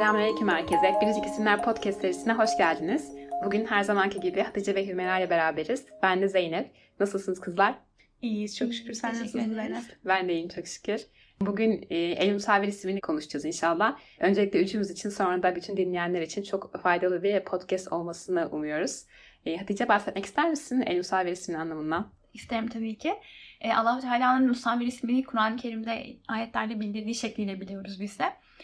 Selamünaleyküm herkese. Biricik İsimler Podcast serisine hoş geldiniz. Bugün her zamanki gibi Hatice ve Hümeyra ile beraberiz. Ben de Zeynep. Nasılsınız kızlar? İyiyiz çok şükür. Sen nasılsın Zeynep? Ben de iyiyim çok şükür. Bugün El Musavir ismini konuşacağız inşallah. Öncelikle üçümüz için, sonra da bütün dinleyenler için çok faydalı bir podcast olmasını umuyoruz. Hatice, bahsetmek ister misin El Musavir isminin anlamından? İsterim tabii ki. Allah-u Teala'nın Musavir ismini Kur'an-ı Kerim'de ayetlerde bildirdiği şekliyle biliyoruz biz de.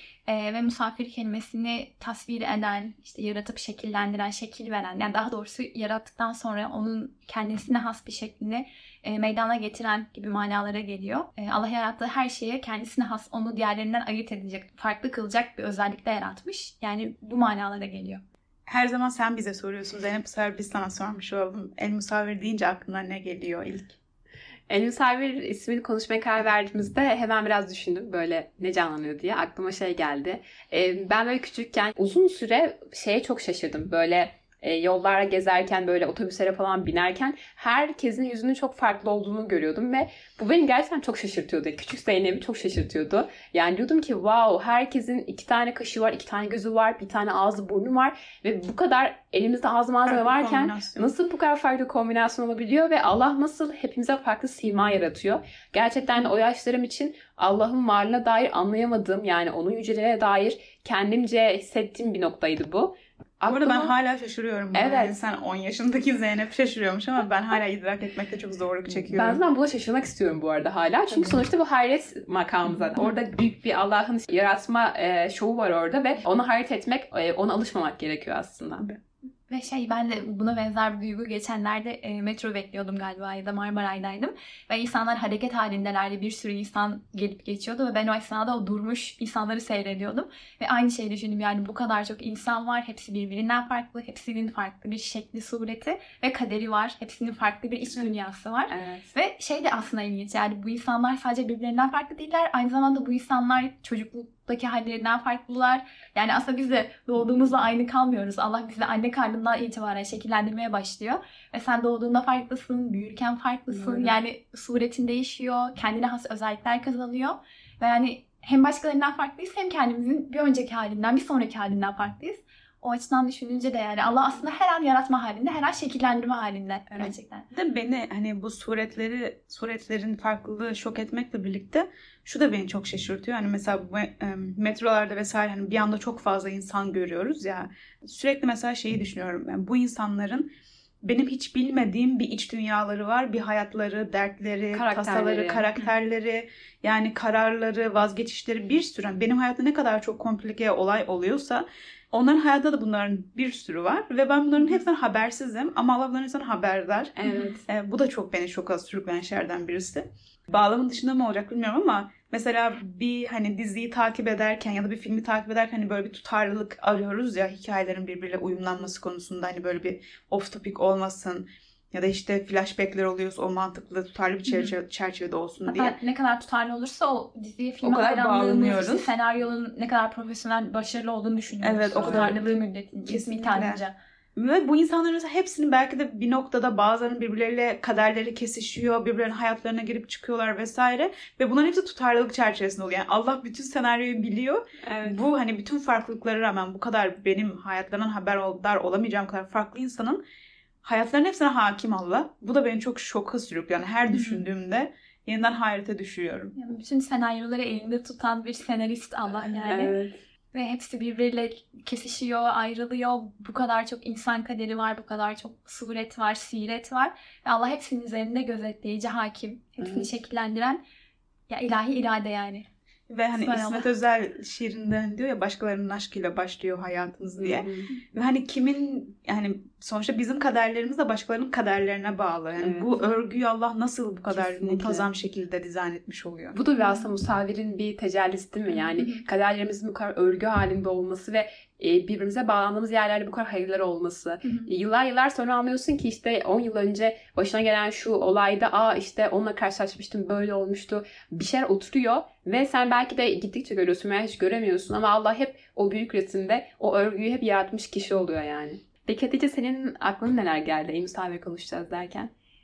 Ve musafir kelimesini tasvir eden, işte yaratıp şekillendiren, şekil veren, yani daha doğrusu yarattıktan sonra onun kendisine has bir şeklini meydana getiren gibi manalara geliyor. Allah yarattığı her şeye kendisine has, onu diğerlerinden ayırt edecek, farklı kılacak bir özellikle yaratmış. Yani bu manalara geliyor. Her zaman sen bize soruyorsun Zeynep. Bu sefer biz sana sormuş oldum. El Musavir deyince aklına ne geliyor ilk? El Musavir ismini konuşmaya karar verdiğimizde hemen biraz düşündüm böyle ne canlanıyor diye. Aklıma şey geldi. Ben böyle küçükken uzun süre şeye çok şaşırdım. Böyle yollara gezerken, böyle otobüslere falan binerken herkesin yüzünün çok farklı olduğunu görüyordum ve bu beni gerçekten çok şaşırtıyordu. Küçük Zeynep'i çok şaşırtıyordu. Yani diyordum ki wow, herkesin 2 tane kaşı var, 2 tane gözü var, bir tane ağzı burnu var ve bu kadar elimizde az malzeme varken nasıl bu kadar farklı kombinasyon olabiliyor ve Allah nasıl hepimize farklı sima yaratıyor. Gerçekten o yaşlarım için Allah'ın varlığına dair anlayamadığım, yani onun yüceliğine dair kendimce hissettiğim bir noktaydı bu. Bu arada ben hala şaşırıyorum. Evet. Yani sen 10 yaşındaki Zeynep şaşırıyormuş ama ben hala idrak etmekte çok zorluk çekiyorum. Ben zaten buna şaşırmak istiyorum bu arada hala. Çünkü sonuçta bu hayret makamı zaten. Orada büyük bir Allah'ın yaratma şovu var orada ve ona hayret etmek, ona alışmamak gerekiyor aslında. Ve ben de buna benzer bir duygu geçenlerde metro bekliyordum galiba ya da Marmaray'daydım. Ve insanlar hareket halindelerdi. Bir sürü insan gelip geçiyordu ve ben o esnada o durmuş insanları seyrediyordum. Ve aynı şeyi düşündüm, yani bu kadar çok insan var. Hepsi birbirinden farklı. Hepsinin farklı bir şekli, sureti ve kaderi var. Hepsinin farklı bir iç dünyası var. Evet. Ve de aslında ilginç, yani bu insanlar sadece birbirlerinden farklı değiller. Aynı zamanda bu insanlar çocukluktaki hallerinden farklılar. Yani aslında biz de doğduğumuzla aynı kalmıyoruz. Allah bizi anne karnından itibaren şekillendirmeye başlıyor. Ve sen doğduğunda farklısın, büyürken farklısın. Evet. Yani suretin değişiyor, kendine has özellikler kazanıyor. Ve yani hem başkalarından farklıyız hem kendimizin bir önceki halinden, bir sonraki halinden farklıyız. O açıdan düşününce de yani Allah aslında her an yaratma halinde, her an şekillendirme halinde gerçekten. De beni hani bu suretlerin farklılığı şok etmekle birlikte şu da beni çok şaşırtıyor. Hani mesela bu, metrolarda vesaire hani bir anda çok fazla insan görüyoruz ya. Sürekli mesela şeyi düşünüyorum. Yani bu insanların benim hiç bilmediğim bir iç dünyaları var. Bir hayatları, dertleri, tasaları, karakterleri, yani kararları, vazgeçişleri, bir sürü. Benim hayatta ne kadar çok komplike olay oluyorsa onların hayatta da bunların bir sürü var. Ve ben bunların hepsinden habersizim. Ama Allah bunların hepsinden haberdar. Evet. Bu da çok beni şoka sürükleyen şeylerden birisi. Bağlamın dışında mı olacak bilmiyorum ama mesela bir hani diziyi takip ederken ya da bir filmi takip ederken hani böyle bir tutarlılık arıyoruz ya, hikayelerin birbiriyle uyumlanması konusunda, hani böyle bir off topic olmasın ya da işte flashbackler oluyorsa o mantıklı, tutarlı bir çerçevede olsun diye. Hatta ne kadar tutarlı olursa o diziye, filme o kadar bağlanıyoruz. işte senaryonun ne kadar profesyonel, başarılı olduğunu düşünüyoruz. Evet, o kadar. Tutarlılığı müddetinde, ismi tanınca. Ve bu insanların mesela hepsinin belki de bir noktada bazılarının birbirleriyle kaderleri kesişiyor, birbirlerinin hayatlarına girip çıkıyorlar vesaire. Ve bunların hepsi tutarlılık çerçevesinde oluyor. Yani Allah bütün senaryoyu biliyor. Evet. Bu hani bütün farklılıklara rağmen bu kadar benim hayatlarından haberdar olamayacağım kadar farklı insanın hayatlarının hepsine hakim Allah. Bu da beni çok şoka sürüklüyor. Yani her düşündüğümde yeniden hayrete düşüyorum. Yani bütün senaryoları elinde tutan bir senarist Allah yani. Evet. Ve hepsi birbiriyle kesişiyor, ayrılıyor. Bu kadar çok insan kaderi var, bu kadar çok suret var, siret var. Ve Allah hepsinin üzerinde gözetleyici, hakim. Hepsini şekillendiren ya ilahi irade yani. Ve hani İsmet Özel şiirinden diyor ya, başkalarının aşkıyla başlıyor hayatınız diye. Ve hani kimin, yani sonuçta bizim kaderlerimiz de başkalarının kaderlerine bağlı. Yani bu örgüyü Allah nasıl bu kadar muntazam şekilde dizayn etmiş oluyor? Bu da bir aslında Musavir'in bir tecellisi değil mi? Yani kaderlerimizin bu kadar örgü halinde olması ve birbirimize bağlandığımız yerlerde bu kadar hayırlar olması. Yıllar sonra anlıyorsun ki işte 10 yıl önce başına gelen şu olayda işte onunla karşılaşmıştım, böyle olmuştu. Bir şeyler oturuyor ve sen belki de gittikçe görüyorsun veya hiç göremiyorsun ama Allah hep o büyük resimde o örgüyü hep yaratmış kişi oluyor yani. Peki Hatice, senin aklına neler geldi? Musavir konuşacağız derken.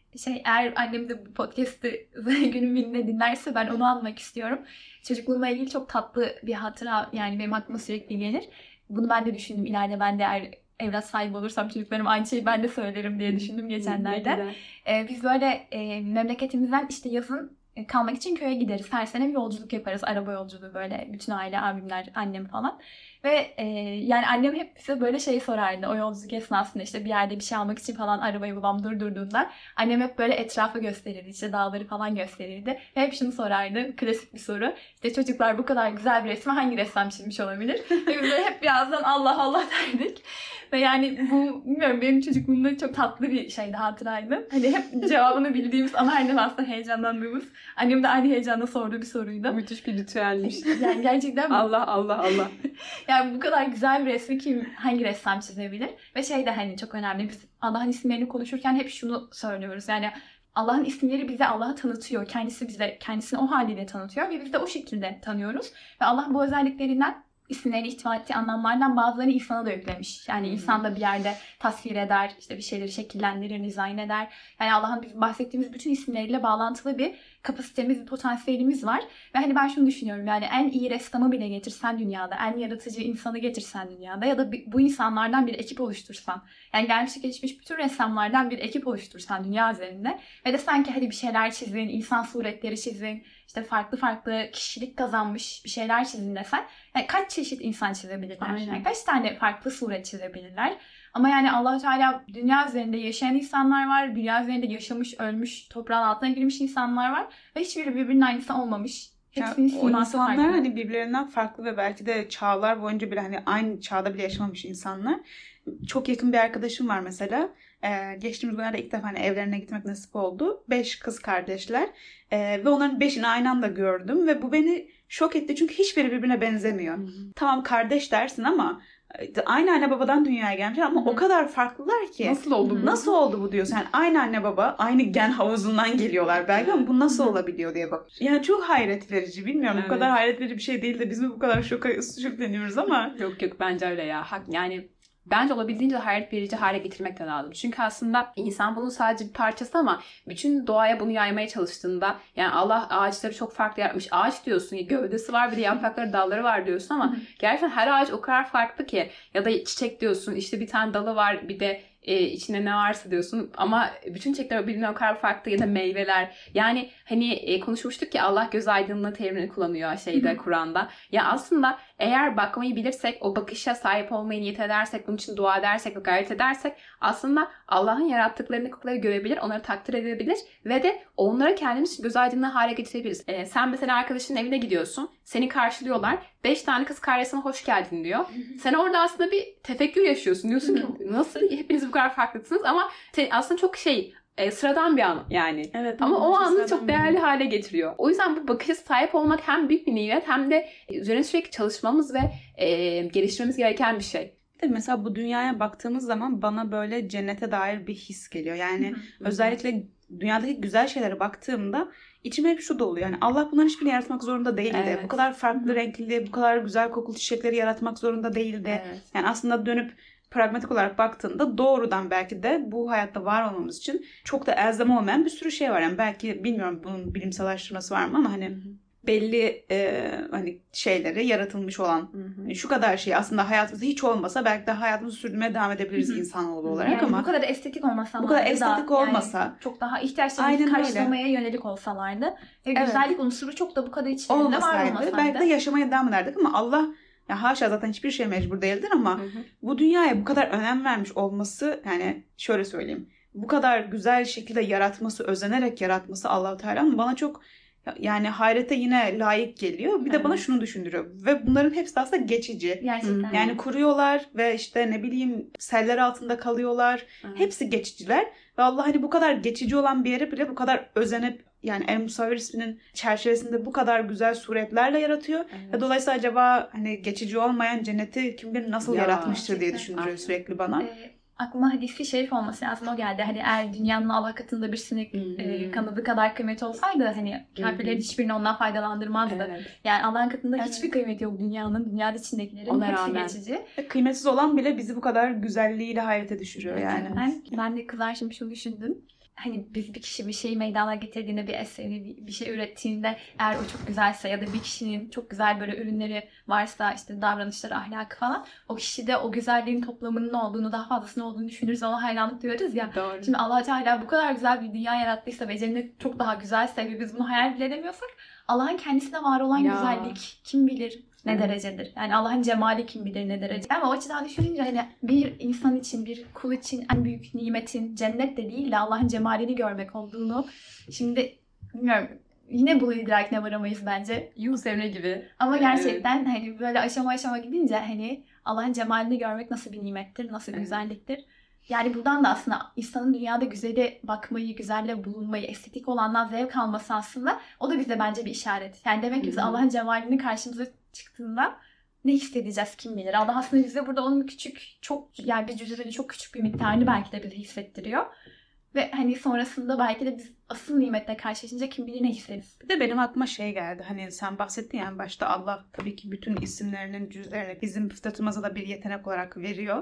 eğer annem de bu podcast'ı günün birinde dinlerse ben onu almak istiyorum. Çocukluğumla ilgili çok tatlı bir hatıra, yani benim aklıma sürekli gelir. Bunu ben de düşündüm. İleride ben de eğer evlat sahibi olursam çocuklarıma aynı şeyi ben de söylerim diye düşündüm geçenlerde. Biz böyle memleketimizden işte yazın kalmak için köye gideriz. Her sene bir yolculuk yaparız. Araba yolculuğu böyle. Bütün aile, abimler, annem falan. Ve yani annem hep bize böyle şey sorardı. O yolculuk esnasında işte bir yerde bir şey almak için falan arabayı babam durdurduğunda annem hep böyle etrafı gösterirdi. İşte dağları falan gösterirdi. Ve hep şunu sorardı. Klasik bir soru. İşte çocuklar bu kadar güzel bir resmi hangi ressam çizmiş olabilir? Ve biz hep birazdan Allah Allah derdik. Ve yani bu bilmiyorum benim çocukluğumda çok tatlı bir şeydi, hatıraydı. Hani hep cevabını bildiğimiz ama her ne aslında heyecanlandığımız. Annem de aynı heyecanla sorduğu bir soruydu. Müthiş bir ritüelmiş. Yani gerçekten Allah Allah Allah. Yani bu kadar güzel bir resmi kim, hangi ressam çizebilir? Ve şey de hani çok önemli. Biz Allah'ın isimlerini konuşurken hep şunu söylüyoruz. Yani Allah'ın isimleri bize Allah'ı tanıtıyor. Kendisi bize kendisini o haliyle tanıtıyor ve biz de o şekilde tanıyoruz. Ve Allah bu özelliklerinden, isimleri ihtiva ettiği anlamlardan bazılarını insana da yüklemiş. Yani insan da bir yerde tasvir eder, işte bir şeyleri şekillendirir, dizayn eder. Yani Allah'ın bahsettiğimiz bütün isimleriyle bağlantılı bir kapasitemiz, bir potansiyelimiz var. Ve hani ben şunu düşünüyorum, yani en iyi ressamı bile getirsen dünyada, en yaratıcı insanı getirsen dünyada ya da bu insanlardan bir ekip oluştursan, yani gelmiş geçmiş bütün ressamlardan bir ekip oluştursan dünya üzerinde ve de sanki hadi bir şeyler çizin, insan suretleri çizin, işte farklı farklı kişilik kazanmış bir şeyler çizin desen, yani kaç çeşit insan çizebilirler? Yani kaç tane farklı suret çizebilirler? Ama yani Allah-u Teala dünya üzerinde yaşayan insanlar var, dünya üzerinde yaşamış, ölmüş, toprağın altına girmiş insanlar var ve hiçbiri birbirinin aynısı olmamış. Yani o insanlar hani birbirlerinden farklı ve belki de çağlar boyunca bile hani aynı çağda bile yaşamamış insanlar. Çok yakın bir arkadaşım var mesela. Geçtiğimiz günlerde ilk defa hani evlerine gitmek nasip oldu. 5 kız kardeşler ve onların 5'ini aynı anda gördüm ve bu beni şok etti çünkü hiçbiri birbirine benzemiyor. Tamam kardeş dersin ama aynı anne babadan dünyaya gelmişler ama o kadar farklılar ki. Nasıl oldu bu? Nasıl oldu bu diyorsun. Yani aynı anne baba, aynı gen havuzundan geliyorlar belki ama bu nasıl olabiliyor diye bak. Yani çok hayret verici. Bilmiyorum bu kadar hayret verici bir şey değil de biz mi bu kadar şokleniyoruz ama. Yok bence öyle ya. Yani bence olabildiğince hayret verici hale getirmek de lazım. Çünkü aslında insan bunun sadece bir parçası ama bütün doğaya bunu yaymaya çalıştığında yani Allah ağaçları çok farklı yapmış. Ağaç diyorsun ya, gövdesi var bir de yaprakları, dalları var diyorsun ama gerçekten her ağaç o kadar farklı ki. Ya da çiçek diyorsun, işte bir tane dalı var bir de içinde ne varsa diyorsun ama bütün çiçekler birbirinden o kadar farklı ya da meyveler. Yani hani konuşmuştuk ki Allah göz aydınlığı terimini kullanıyor Kur'an'da. Ya aslında eğer bakmayı bilirsek, o bakışa sahip olmayı niyet edersek, bunun için dua edersek ve gayret edersek aslında Allah'ın yarattıklarını görebilir, onları takdir edebilir ve de onları kendimiz için göz aydınlığı hale getirebiliriz. Sen mesela arkadaşının evine gidiyorsun, seni karşılıyorlar, 5 tane kız kardeşine hoş geldin diyor. Sen orada aslında bir tefekkür yaşıyorsun. Diyorsun ki nasıl hepiniz bu kadar farklısınız ama aslında çok sıradan bir an yani. Evet, ama o anı çok değerli hale getiriyor. O yüzden bu bakışa sahip olmak hem büyük bir nimet hem de üzerine sürekli çalışmamız ve geliştirmemiz gereken bir şey. Mesela bu dünyaya baktığımız zaman bana böyle cennete dair bir his geliyor. Yani özellikle dünyadaki güzel şeylere baktığımda içime hep şu doluyor. Yani Allah bunların hiçbirini yaratmak zorunda değildi. Evet. Bu kadar farklı renkli, bu kadar güzel kokulu çiçekleri yaratmak zorunda değildi. Evet. Yani aslında dönüp pragmatik olarak baktığında doğrudan belki de bu hayatta var olmamız için çok da elzem olmayan bir sürü şey var. Yani belki bilmiyorum bunun bilimsel araştırması var mı ama hani belli hani şeyleri yaratılmış olan şu kadar şey aslında hayatımızda hiç olmasa belki de hayatımızı sürdürmeye devam edebiliriz insanoğlu olarak yani ama bu kadar estetik olmasa, bu kadar estetik olmasa, yani çok daha ihtiyaçlarımızı karşılamaya yönelik olsalardı ve güzellik unsuru çok da bu kadar içinde var olmasaydı belki de yaşamaya devam ederdik ama Allah ya haşa zaten hiçbir şey mecbur değildir ama bu dünyaya bu kadar önem vermiş olması, yani şöyle söyleyeyim, bu kadar güzel şekilde yaratması, özenerek yaratması Allah-u Teala'nın bana çok yani hayrete yine layık geliyor. Bir de bana şunu düşündürüyor. Ve bunların hepsi aslında geçici. Gerçekten. Yani kuruyorlar ve işte ne bileyim seller altında kalıyorlar. Hepsi geçiciler. Ve Allah hani bu kadar geçici olan bir yere bile bu kadar özenip yani El Musavvir isminin çerçevesinde bu kadar güzel suretlerle yaratıyor. Ve dolayısıyla acaba hani geçici olmayan cenneti kim bilir nasıl yaratmıştır diye düşündürüyor sürekli bana. Aklıma hadisi şerif olması lazım, o geldi. Hani eğer dünyanın Allah katında bir sinek kanadı kadar kıymet olsaydı hani kafirlerin hiçbirini ondan faydalandırmazdı. Evet. Yani Allah'ın katında hiçbir kıymeti yok dünyanın. Dünyada içindekilerin hepsi geçici. Kıymetsiz olan bile bizi bu kadar güzelliğiyle hayrete düşürüyor yani. Ben de kızlar şimdi şunu düşündüm. hani biz bir kişi bir şeyi meydana getirdiğinde, bir eseri, bir şey ürettiğinde eğer o çok güzelse ya da bir kişinin çok güzel böyle ürünleri varsa, işte davranışları, ahlakı falan, o kişide o güzelliğin toplamının olduğunu, daha fazlasının olduğunu düşünürüz, ona hayranlık duyarız ya. Doğru. Şimdi Allah Teala bu kadar güzel bir dünya yarattıysa ve cennet çok daha güzelse ve biz bunu hayal bile edemiyorsak, Allah'ın kendisine var olan güzellik kim bilir ne derecedir? Yani Allah'ın cemali kim bilir ne derece? Ama o açıdan düşününce hani bir insan için, bir kul için en büyük nimetin cennet de değil de Allah'ın cemalini görmek olduğunu, şimdi bilmiyorum, yine bu idrakine varamayız bence. Yunus Emre gibi. Ama gerçekten hani böyle aşama aşama gidince hani Allah'ın cemalini görmek nasıl bir nimettir, nasıl bir güzelliktir. Yani buradan da aslında insanın dünyada güzele bakmayı, güzelle bulunmayı, estetik olandan zevk alması aslında o da bize bence bir işaret. Yani demek ki biz Allah'ın cemalini karşımıza çıktığında ne hissedeceğiz kim bilir. Allah aslında bize burada onun küçük, çok yani bir cüzdanın çok küçük bir miktarını belki de bize hissettiriyor. Ve hani sonrasında belki de biz asıl nimetle karşılaşınca kim bilir ne hissederiz. Bir de benim aklıma şey geldi. Hani sen bahsettin ya en başta, Allah tabii ki bütün isimlerinin cüzlerini bizim fıtratımıza da bir yetenek olarak veriyor.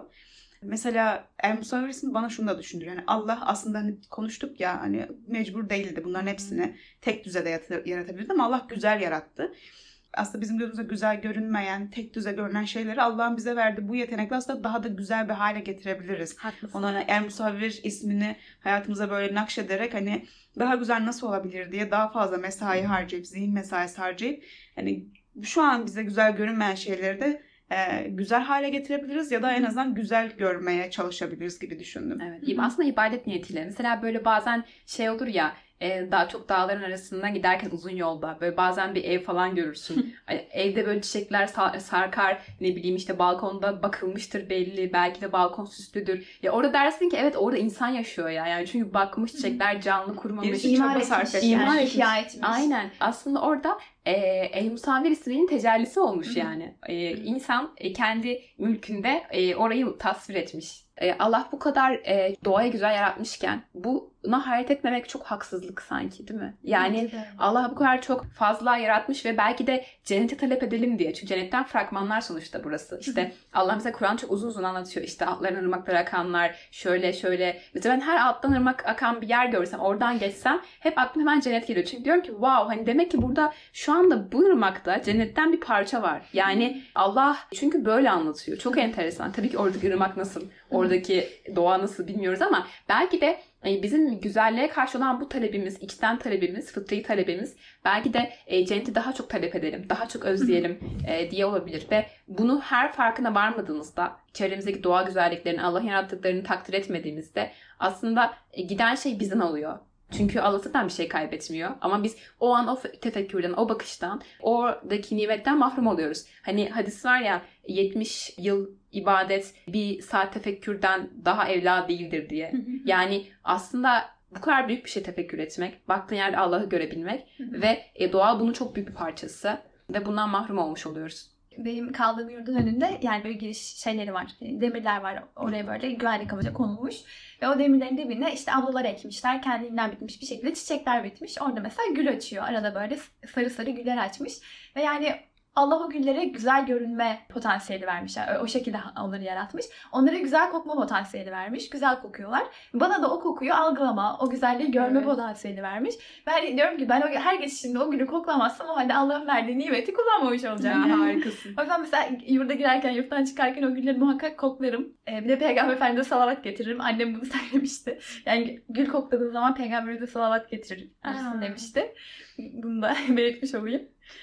Mesela El-Musavvir ismi bana şunu da düşündürüyor. Yani Allah aslında hani konuştuk ya, hani mecbur değildi bunların hepsini tek düzede yaratabilirdi ama Allah güzel yarattı. Aslında bizim gözümüzde güzel görünmeyen, tek düze görünen şeyleri Allah'ın bize verdiği bu yetenekle aslında daha da güzel bir hale getirebiliriz. Haklısın. Ona El-Musavvir ismini hayatımıza böyle nakşederek hani daha güzel nasıl olabilir diye daha fazla mesai harcayıp, zihin mesaisi harcayıp hani şu an bize güzel görünmeyen şeyleri de güzel hale getirebiliriz ya da en azından güzel görmeye çalışabiliriz gibi düşündüm. Evet. Aslında ibadet niyetiyle. Mesela böyle bazen şey olur ya, daha çok dağların arasından giderken uzun yolda böyle bazen bir ev falan görürsün. Evde böyle çiçekler sarkar, ne bileyim işte balkonda bakılmıştır belli, belki de balkon süslüdür. Ya orada dersin ki evet, orada insan yaşıyor ya. Yani çünkü bakmış, çiçekler canlı, kurmamış. İmar etmiş. İmar etmiş. Aynen. Aslında orada El-Musavvir isminin tecellisi olmuş yani. İnsan kendi mülkünde orayı tasvir etmiş. Allah bu kadar doğaya güzel yaratmışken buna hayret etmemek çok haksızlık sanki, değil mi? Yani Allah bu kadar çok fazla yaratmış ve belki de cenneti talep edelim diye. Çünkü cennetten fragmanlar sonuçta burası. İşte Allah mesela Kur'an çok uzun uzun anlatıyor. İşte altlarından ırmaklar akanlar, şöyle şöyle. Mesela ben her alttan ırmak akan bir yer görsem, oradan geçsem hep aklıma hemen cennet geliyor. Çünkü diyorum ki wow, hani demek ki burada şu anda bu ırmakta cennetten bir parça var. Yani Allah çünkü böyle anlatıyor. Çok enteresan. Tabii ki oradaki ırmak nasıl, oradaki doğa nasıl bilmiyoruz ama belki de bizim güzelliğe karşı olan bu talebimiz, içten talebimiz, fıtri talebimiz belki de cenneti daha çok talep edelim, daha çok özleyelim diye olabilir. Ve bunu her farkına varmadığımızda, çevremizdeki doğa güzelliklerini, Allah'ın yarattıklarını takdir etmediğimizde aslında giden şey bizden oluyor. Çünkü Allah zaten bir şey kaybetmiyor. Ama biz o an o tefekkürden, o bakıştan, oradaki nimetten mahrum oluyoruz. Hani hadis var ya, 70 yıl ibadet bir saat tefekkürden daha evla değildir diye. Yani aslında bu kadar büyük bir şey tefekkür etmek, baktığın yerde Allah'ı görebilmek ve doğa bunun çok büyük bir parçası ve bundan mahrum olmuş oluyoruz. Benim kaldığım yurdun önünde yani böyle giriş şeyleri var. Demirler var. Oraya böyle güvenlik amaca konulmuş. Ve o demirlerin dibine işte ablalar ekmişler. Kendinden bitmiş bir şekilde çiçekler bitmiş. Orada mesela gül açıyor. Arada böyle sarı sarı güller açmış. Ve yani Allah o güllere güzel görünme potansiyeli vermiş. Yani o şekilde onları yaratmış. Onlara güzel kokma potansiyeli vermiş. Güzel kokuyorlar. Bana da o kokuyu algılama, o güzelliği görme potansiyeli vermiş. Ben diyorum ki ben her geçişimde o gülü koklamazsam o halde Allah'ın verdiği nimeti kullanmamış olacağım. Yani. Harikasın. O yüzden mesela yurda girerken, yurttan çıkarken o gülleri muhakkak koklarım. Bir de Peygamber Efendimiz'e salavat getiririm. Annem bunu söylemişti. Yani gül kokladığım zaman Peygamber'e salavat getirir demişti. Bunu da belirtmiş olayım.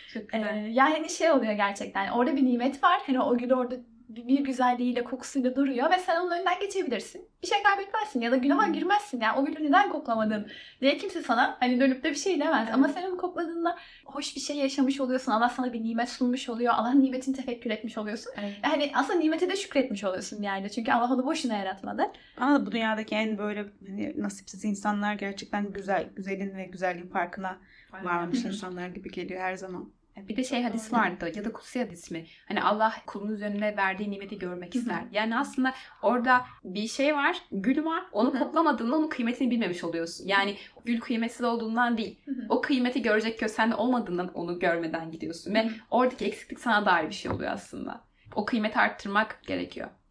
Yani şey oluyor gerçekten. Orada bir nimet var. Hani o gül orada bir güzelliğiyle, kokusuyla duruyor ve sen onun önünden geçebilirsin. Bir şey kaybetmezsin ya da günaha girmezsin. Yani o gülü neden koklamadın diye kimse sana hani dönüp de bir şey demez. Ama sen onu kokladığında hoş bir şey yaşamış oluyorsun. Allah sana bir nimet sunmuş oluyor. Allah'ın nimetini tefekkür etmiş oluyorsun. Yani aslında nimete de şükretmiş oluyorsun bir yerde. Çünkü Allah onu boşuna yaratmadı. Ama bu dünyadaki en böyle hani nasipsiz insanlar gerçekten güzelin ve güzelliğin farkına varmış insanlar gibi geliyor her zaman. Bir de hadis vardı ya da kutsi hadis mi? Hani Allah kulun üzerine verdiği nimeti görmek ister. Yani aslında orada bir şey var, gül var. Onu koklamadığında onun kıymetini bilmemiş oluyorsun. Yani gül kıymetsiz olduğundan değil. O kıymeti görecek göz sende olmadığından onu görmeden gidiyorsun. Ve oradaki eksiklik sana dair bir şey oluyor aslında. O kıymeti arttırmak gerekiyor.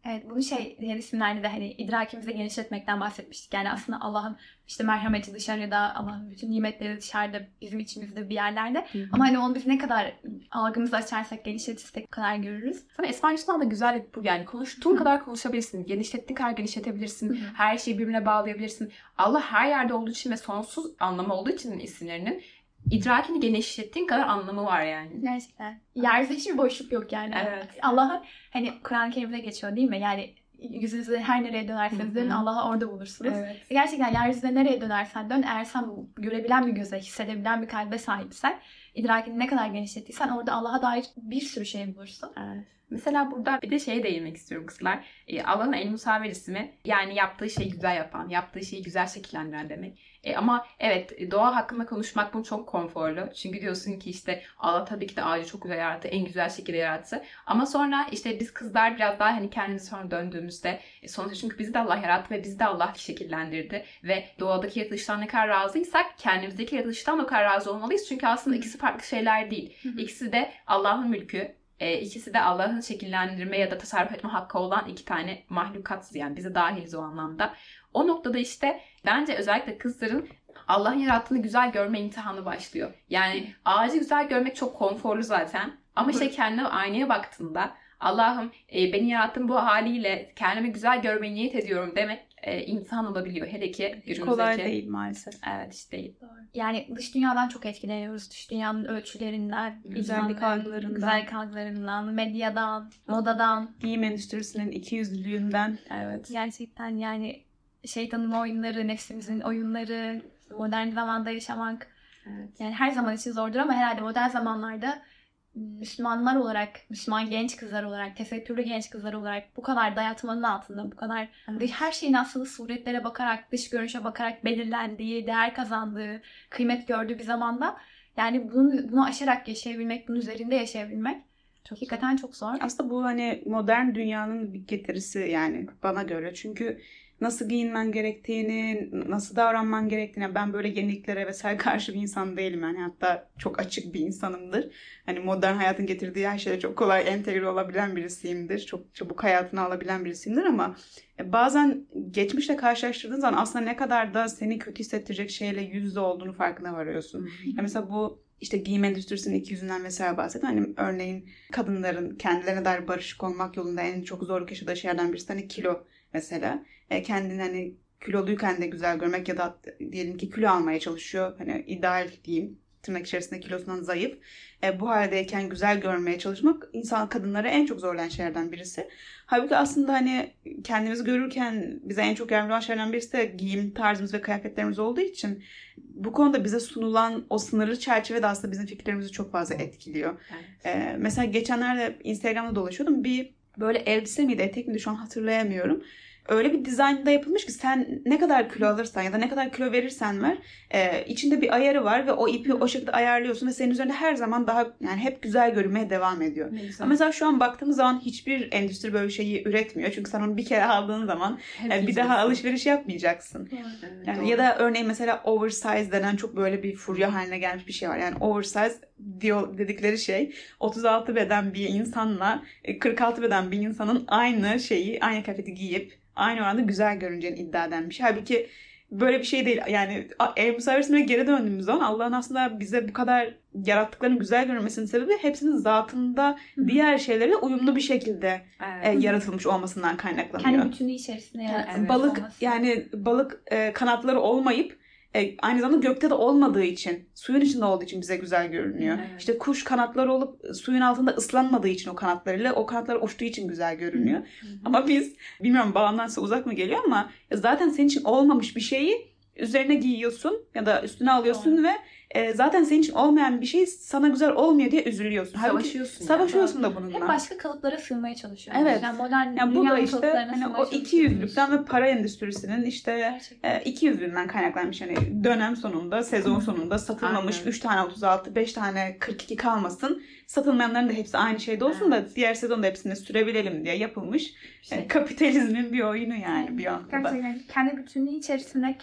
Evet, bunu diğer isimlerde de hani idrakimizi genişletmekten bahsetmiştik. Yani aslında Allah'ın işte merhameti dışarıda, Allah'ın bütün nimetleri dışarıda, bizim içimizde bir yerlerde. Hı hı. Ama hani onu biz ne kadar algımızı açarsak, genişletirsek o kadar görürüz. Sana İspanyolcadan da güzellik bu. Yani konuştuğun kadar konuşabilirsin. Genişlettiğin kadar genişletebilirsin. Her şeyi birbirine bağlayabilirsin. Allah her yerde olduğu için ve sonsuz anlamı olduğu için isimlerinin idrakini genişlettiğin kadar anlamı var yani. Gerçekten. Yeryüzünde hiçbir boşluk yok yani. Evet. Allah'a hani Kur'an-ı Kerim'de geçiyor değil mi? Yani yüzünüzü her nereye dönerseniz dönün, Allah'ı orada bulursunuz. Evet. Gerçekten yeryüzünde nereye dönersen dön, eğer sen görebilen bir göze, hissedebilen bir kalbe sahipsen, idrakini ne kadar genişlettiysen orada Allah'a dair bir sürü şey bulursun. Evet. Mesela burada bir de şeye değinmek istiyorum kızlar. Allah'ın El Musavver ismi, yani yaptığı şeyi güzel yapan, yaptığı şeyi güzel şekillendiren demek. Ama evet, doğa hakkında konuşmak bu çok konforlu. Çünkü diyorsun ki işte Allah tabii ki de ağacı çok güzel yarattı, en güzel şekilde yarattı. Ama sonra işte biz kızlar biraz daha hani kendimize sonra döndüğümüzde sonuçta çünkü bizi de Allah yarattı ve bizi de Allah şekillendirdi. Ve doğadaki yaratılıştan ne kadar razıysak kendimizdeki yaratılıştan da o kadar razı olmalıyız. Çünkü aslında ikisi farklı şeyler değil. İkisi de Allah'ın mülkü. İkisi de Allah'ın şekillendirme ya da tasarruf etme hakkı olan iki tane mahlukat, yani bize dahiliz o anlamda. O noktada işte bence özellikle kızların Allah'ın yarattığını güzel görme imtihanı başlıyor. Yani ağacı güzel görmek çok konforlu zaten. Ama işte kendine aynaya baktığında Allah'ım beni yarattığın bu haliyle kendimi güzel görmeyi niyet ediyorum demek imtihan olabiliyor. Hele ki günümüzdeki. Kolay değil maalesef. Evet, hiç değil. Yani dış dünyadan çok etkileniyoruz. Dış dünyanın ölçülerinden, güzellik algılarından, güzellik algılarından, medyadan, modadan, giyim endüstrisinin ikiyüzlülüğünden. Evet. Gerçekten yani şeytanın oyunları, nefsimizin oyunları, modern zamanda yaşamak. Evet. Yani her zaman için zordur ama herhalde modern zamanlarda Müslümanlar olarak, Müslüman genç kızlar olarak, tesettürlü genç kızlar olarak bu kadar dayatmanın altında, bu kadar her şeyin aslında suretlere bakarak, dış görünüşe bakarak belirlendiği, değer kazandığı, kıymet gördüğü bir zamanda yani bunu aşarak yaşayabilmek, bunun üzerinde yaşayabilmek hakikaten çok zor. Aslında bu hani modern dünyanın bir getirisi yani bana göre. Çünkü nasıl giyinmen gerektiğini, nasıl davranman gerektiğini, ben böyle yeniliklere vesaire karşı bir insan değilim yani, hatta çok açık bir insanımdır. Hani modern hayatın getirdiği her şeye çok kolay entegre olabilen birisiyimdir. Çok çabuk hayatına alabilen birisiyimdir ama bazen geçmişle karşılaştırdığın zaman aslında ne kadar da seni kötü hissettirecek şeyle yüz yüze olduğunu farkına varıyorsun. Yani mesela bu işte giyim endüstrisinin ikiyüzünden vesaire bahsettim. Hani örneğin kadınların kendilerine dair barışık olmak yolunda en çok zorluk yaşadığı şeylerden birisi hani kilo mesela. Kendini hani kiloluyken de güzel görmek ya da diyelim ki kilo almaya çalışıyor. Hani ideal diyeyim, tırnak içerisinde kilosundan zayıf. Bu haldeyken güzel görmeye çalışmak kadınlara en çok zorlayan şeylerden birisi. Halbuki aslında hani kendimizi görürken bize en çok yardımcı olan şeylerden birisi de giyim tarzımız ve kıyafetlerimiz olduğu için bu konuda bize sunulan o sınırlı çerçeve de aslında bizim fikirlerimizi çok fazla etkiliyor. Evet. Mesela geçenlerde Instagram'da dolaşıyordum. Bir böyle elbise miydi, etek miydi şu an hatırlayamıyorum. Öyle bir dizaynda yapılmış ki sen ne kadar kilo alırsan ya da ne kadar kilo verirsen ver içinde bir ayarı var ve o ipi o şekilde ayarlıyorsun ve senin üzerinde her zaman daha yani hep güzel görünmeye devam ediyor. Ama mesela şu an baktığımız zaman hiçbir endüstri böyle bir şeyi üretmiyor. Çünkü sen onu bir kere aldığın zaman bir daha alışveriş yapmayacaksın. Yani ya da örneğin mesela oversize denen çok böyle bir furya haline gelmiş bir şey var. Yani oversize diyor dedikleri şey 36 beden bir insanla 46 beden bir insanın aynı kıyafeti giyip aynı oranda güzel görüneceğini iddia eden bir şey. Halbuki böyle bir şey değil. Yani El Musavver ismine geri döndüğümüz zaman Allah'ın aslında bize bu kadar yarattıklarının güzel görünmesinin sebebi hepsinin zatında diğer şeylerle uyumlu bir şekilde yaratılmış olmasından kaynaklanıyor. Kendi bütünlüğü içerisinde yaratılmış balık kanatları olmayıp aynı zamanda gökte de olmadığı için, suyun içinde olduğu için bize güzel görünüyor. Evet. İşte kuş kanatları olup suyun altında ıslanmadığı için o kanatlar uçtuğu için güzel görünüyor. Ama biz, bilmiyorum bağımdan size uzak mı geliyor ama zaten senin için olmamış bir şeyi üzerine giyiyorsun ya da üstüne alıyorsun ve zaten senin için olmayan bir şey sana güzel olmuyor diye üzülüyorsun. Savaşıyorsun da bununla. Hep başka kalıplara sığmaya çalışıyor. Evet. Yani modern yani bu da işte hani o ikiyüzlülükten ve para endüstrisinin işte ikiyüzlülüğünden kaynaklanmış. Yani dönem sonunda, sezon sonunda satılmamış 3 tane 36, 5 tane 42 kalmasın. Satılmayanların da hepsi aynı şeyde olsun da diğer sezonda hepsini sürebilelim diye yapılmış kapitalizmin bir oyunu yani bir anda. Gerçekten kendi bütünlüğü içerisinde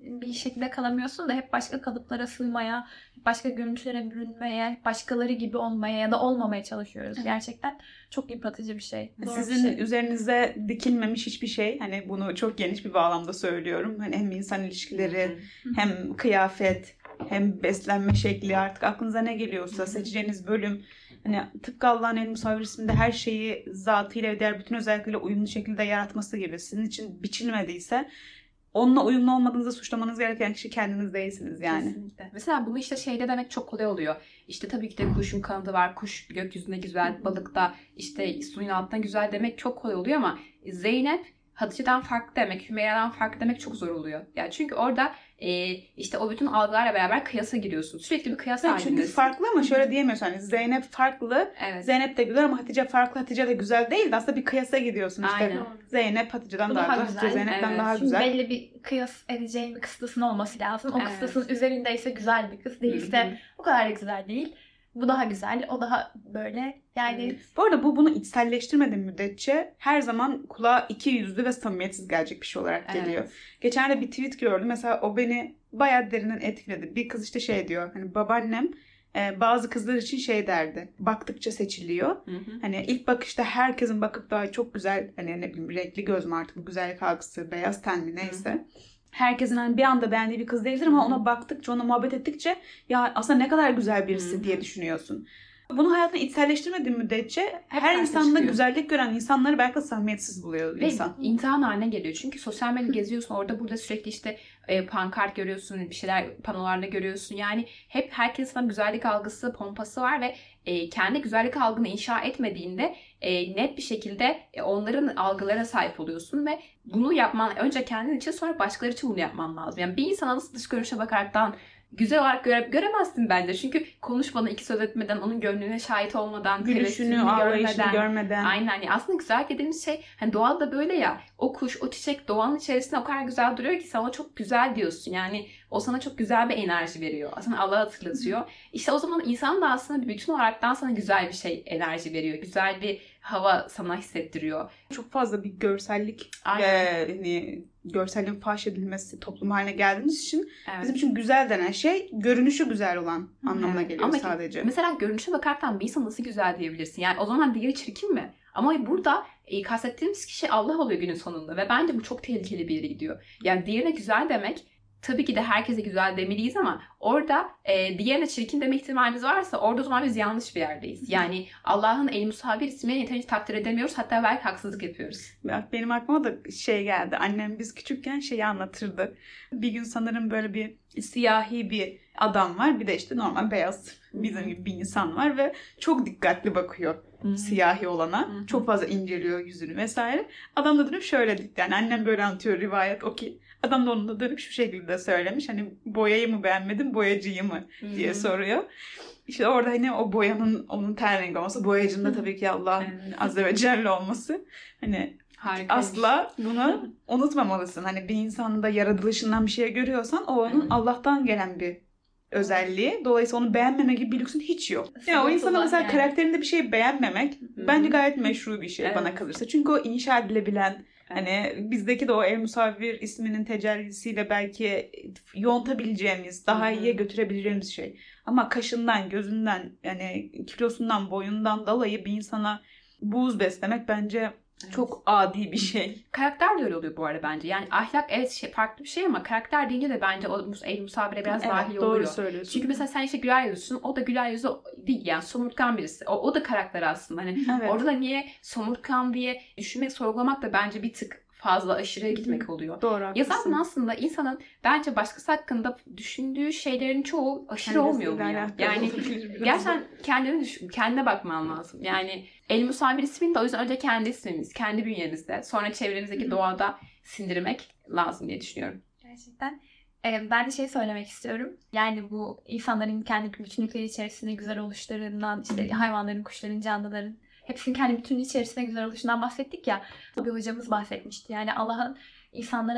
bir şekilde kalamıyorsun da hep başka kalıplara sığmaya, başka görüntülere bürünmeye, başkaları gibi olmaya ya da olmamaya çalışıyoruz. Gerçekten çok yıpratıcı bir şey. Sizin üzerinize dikilmemiş hiçbir şey. Hani bunu çok geniş bir bağlamda söylüyorum. Hani hem insan ilişkileri, hem kıyafet, hem beslenme şekli, artık aklınıza ne geliyorsa seçeceğiniz bölüm. Hani tıpkı Allah'ın El-Musavvir isminde her şeyi zatıyla ve diğer bütün özellikleriyle uyumlu şekilde yaratması gibi. Sizin için biçilmediyse onunla uyumlu olmadığınızda suçlamanız gereken kişi kendiniz değilsiniz yani. Kesinlikle. Mesela bunu işte şeyde demek çok kolay oluyor. İşte tabii ki de kuşun kanadı var, kuş gökyüzünde güzel, balık da işte suyun altında güzel demek çok kolay oluyor ama Zeynep Hatice'den farklı demek, Hümeyra'dan farklı demek çok zor oluyor. Yani çünkü orada işte o bütün algılarla beraber kıyasa giriyorsun. Sürekli bir kıyas halindesin. Çünkü farklı ama şöyle diyemiyorsun. Hani Zeynep farklı, evet. Zeynep de güzel ama Hatice farklı, Hatice de güzel değil de aslında bir kıyasa gidiyorsun işte. Aynen. Zeynep Hatice'den daha güzel, Hatice Zeynep'ten daha Şimdi güzel. belli bir kıyas edeceğin bir kıstasın olması lazım. O kıstasın üzerindeyse güzel bir kız, değilse o kadar da güzel değil. Bu daha güzel, o daha böyle yani. Bu arada bunu içselleştirmediğin müddetçe her zaman kulağa iki yüzlü ve samimiyetsiz gelecek bir şey olarak geliyor. Evet. Geçen de bir tweet gördüm. Mesela o beni bayağı derinden etkiledi. Bir kız işte şey diyor. Hani babaannem bazı kızlar için şey derdi. Baktıkça seçiliyor. Hani ilk bakışta herkesin bakıp daha çok güzel, hani ne bileyim renkli göz mü artık, bu güzellik algısı, beyaz ten mi neyse. Herkesin hani bir anda beğendiği bir kız değildir ama ona baktıkça, ona muhabbet ettikçe ya aslında ne kadar güzel birisi diye düşünüyorsun. Bunu hayatına içselleştirmediğin müddetçe her insanda güzellik gören insanları belki de samimiyetsiz buluyor insan. Ve imtihan haline geliyor. Çünkü sosyal medya geziyorsun, orada burada sürekli işte pankart görüyorsun, bir şeyler panolarda görüyorsun. Yani hep herkesin güzellik algısı, pompası var ve kendi güzellik algını inşa etmediğinde net bir şekilde onların algılarına sahip oluyorsun ve bunu yapman önce kendin için, sonra başkaları için bunu yapman lazım. Yani bir insana nasıl dış görünüşe bakaraktan güzel olarak göremezsin bence. Çünkü konuşmadan, iki söz etmeden, onun gönlüne şahit olmadan, gülüşünü, ağlayışını görmeden. Aynen. Yani aslında güzel dediğimiz şey, hani doğal da böyle ya. O kuş, o çiçek doğanın içerisinde o kadar güzel duruyor ki sana çok güzel diyorsun. Yani o sana çok güzel bir enerji veriyor. Sana Allah'ı hatırlatıyor. İşte o zaman insan da aslında bir bütün olaraktan sana güzel bir şey, enerji veriyor. Güzel bir hava sana hissettiriyor. Çok fazla bir görsellik ve hani görselliğin faş edilmesi toplum haline geldiğimiz için bizim için güzel denen şey görünüşü güzel olan anlamına geliyor ama sadece. Mesela görünüşe bakarken bir insan nasıl güzel diyebilirsin? Yani o zaman diğeri çirkin mi? Ama burada kastettiğimiz kişi Allah oluyor günün sonunda ve bence bu çok tehlikeli bir yere gidiyor. Yani diğerine güzel demek, tabii ki de herkese güzel demeliyiz ama orada diğerine çirkin deme ihtimalimiz varsa orada o zaman biz yanlış bir yerdeyiz. Yani Allah'ın El-Musavvir ismini yeterince takdir edemiyoruz, hatta belki haksızlık yapıyoruz. Benim aklıma da şey geldi. Annem biz küçükken şeyi anlatırdı. Bir gün sanırım böyle bir siyahi bir adam var. Bir de işte normal beyaz bizim gibi bir insan var ve çok dikkatli bakıyor siyahi olana. Çok fazla inceliyor yüzünü vesaire. Adam da dönüp şöyle dedi. Yani annem böyle anlatıyor, rivayet o ki. Adam da onu da dönüp şu şekilde söylemiş. Hani boyayı mı beğenmedin, boyacıyı mı diye soruyor. İşte orada hani o boyanın onun ten rengi olması, boyacının da tabii ki Allah Azze ve Celle olması. Hani harikaymış. Asla bunu unutmamalısın. Hani bir insanın da yaratılışından bir şey görüyorsan o onun Allah'tan gelen bir özelliği. Dolayısıyla onu beğenmeme gibi bir lüksün hiç yok. Yani o insana mesela karakterinde bir şey beğenmemek bence gayet meşru bir şey bana kalırsa. Çünkü o inşa edilebilen, hani bizdeki de o El-Musavvir isminin tecellisiyle belki yontabileceğimiz, daha iyiye götürebileceğimiz şey. Ama kaşından, gözünden, yani kilosundan, boyundan dolayı bir insana buğz beslemek bence çok adi bir şey. Karakter de öyle oluyor bu arada bence. Yani ahlak evet farklı bir şey ama karakter deyince de bence o El-Musavvir'e biraz dahil oluyor. Doğru söylüyorsun. Çünkü mesela sen işte güler yüzlüsün, o da güler yüzlü değil yani somurtkan birisi. O da karakter aslında. Hani orada da niye somurtkan diye düşünmek, sorgulamak da bence bir tık fazla aşırıya gitmek oluyor. Doğru, haklısın. Ya zaten aslında insanın bence başkası hakkında düşündüğü şeylerin çoğu aşırı olmuyor mu ya? Yani gerçekten kendini düşün, kendine bakman lazım. Yani El-Musavvir ismini de o yüzden önce kendi ismimiz, kendi bünyemizde, sonra çevremizdeki doğada sindirmek lazım diye düşünüyorum. Gerçekten. Ben de şey söylemek istiyorum. Yani bu insanların kendi bütünlükleri içerisinde güzel oluşlarından, işte hayvanların, kuşların, canlıların hepsinin kendi bütünlüğü içerisinde güzel oluşundan bahsettik ya. Bir hocamız bahsetmişti. Yani Allah'ın insanlara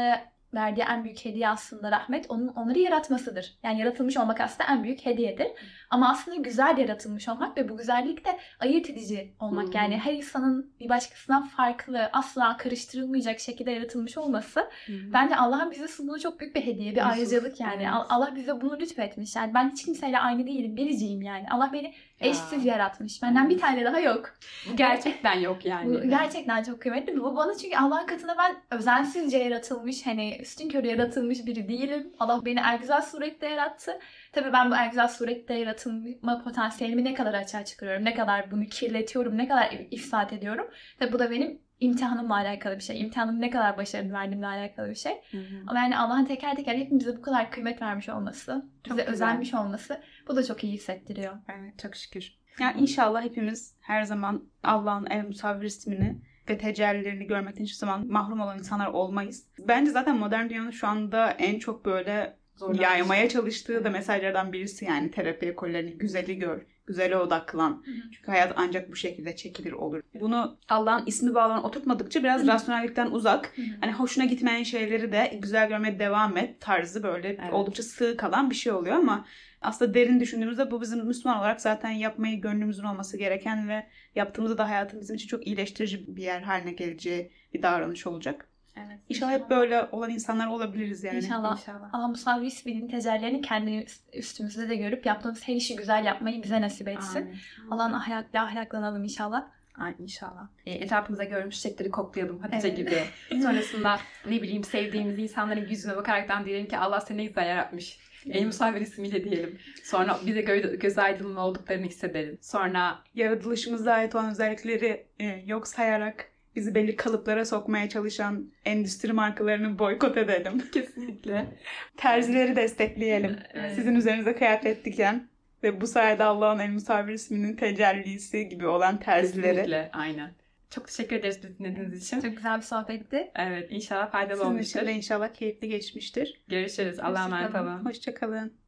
verdiği en büyük hediye aslında rahmet, onları yaratmasıdır. Yani yaratılmış olmak aslında en büyük hediyedir. Ama aslında güzel yaratılmış olmak ve bu güzellik de ayırt edici olmak. Yani her insanın bir başkasından farklı, asla karıştırılmayacak şekilde yaratılmış olması bence Allah'ın bize sunduğu çok büyük bir hediye, bir ayrıcalık yani. Evet. Allah bize bunu lütfetmiş. Yani ben hiç kimseyle aynı değilim, biriciyim yani. Allah beni eşsiz yaratmış. Benden bir tane daha yok. Bu gerçekten yok yani. Bu gerçekten çok kıymetli. Bu bana, çünkü Allah'ın katında ben özensizce yaratılmış, hani üstünkörü yaratılmış biri değilim. Allah beni en güzel surette yarattı. Tabii ben bu en güzel surette yaratılma potansiyelimi ne kadar açığa çıkarıyorum, ne kadar bunu kirletiyorum, ne kadar ifsat ediyorum. Tabii bu da benim imtihanımla alakalı bir şey. İmtihanımı ne kadar başarılı verdiğimle alakalı bir şey. Ama yani Allah'ın teker teker hepimize bu kadar kıymet vermiş olması, bize özenmiş olması, bu da çok iyi hissettiriyor. Evet, çok şükür. Yani inşallah hepimiz her zaman Allah'ın El Musavvir ismini ve tecellilerini görmekten hiçbir zaman mahrum olan insanlar olmayız. Bence zaten modern dünyanın şu anda en çok böyle yaymaya çalıştığı da mesajlardan birisi, yani terapi ekollerini, güzeli gör, güzele odaklan. Çünkü hayat ancak bu şekilde çekilir olur. Bunu Allah'ın ismi bağlamına oturtmadıkça biraz rasyonellikten uzak. Hani hoşuna gitmeyen şeyleri de güzel görmeye devam et tarzı böyle oldukça sığ kalan bir şey oluyor ama aslında derin düşündüğümüzde bu bizim Müslüman olarak zaten yapmayı gönlümüzün olması gereken ve yaptığımızda da hayatın bizim için çok iyileştirici bir yer haline geleceği bir davranış olacak. Evet. İnşallah hep böyle olan insanlar olabiliriz yani. İnşallah. Allah Musavvir isminin tecellilerini kendi üstümüzde de görüp yaptığımız her işi güzel yapmayı bize nasip etsin. Amin. Allah'ın ahlaklanalım inşallah. Ay inşallah. Etrafımıza görmüş çiçekleri koklayalım Hatice gibi. Sonrasında ne bileyim sevdiğimiz insanların yüzüne bakaraktan diyelim ki Allah seni ne güzel yaratmış. El Musavvir ismiyle diyelim. Sonra bize göz aydınlığı olduklarını hissedelim. Sonra yaratılışımıza ait olan özellikleri yok sayarak bizi belli kalıplara sokmaya çalışan endüstri markalarını boykot edelim. Kesinlikle. Terzileri destekleyelim. Evet. Sizin üzerinize kıyafet diken ve bu sayede Allah'ın El Musavvir isminin tecellisi gibi olan terzileri. Kesinlikle, aynen. Çok teşekkür ederiz dinlediğiniz için. Çok güzel bir sohbetti. Evet, inşallah faydalı olmuştur. Sizin için de inşallah keyifli geçmiştir. Görüşürüz. Allah'a emanet olun. Hoşça kalın.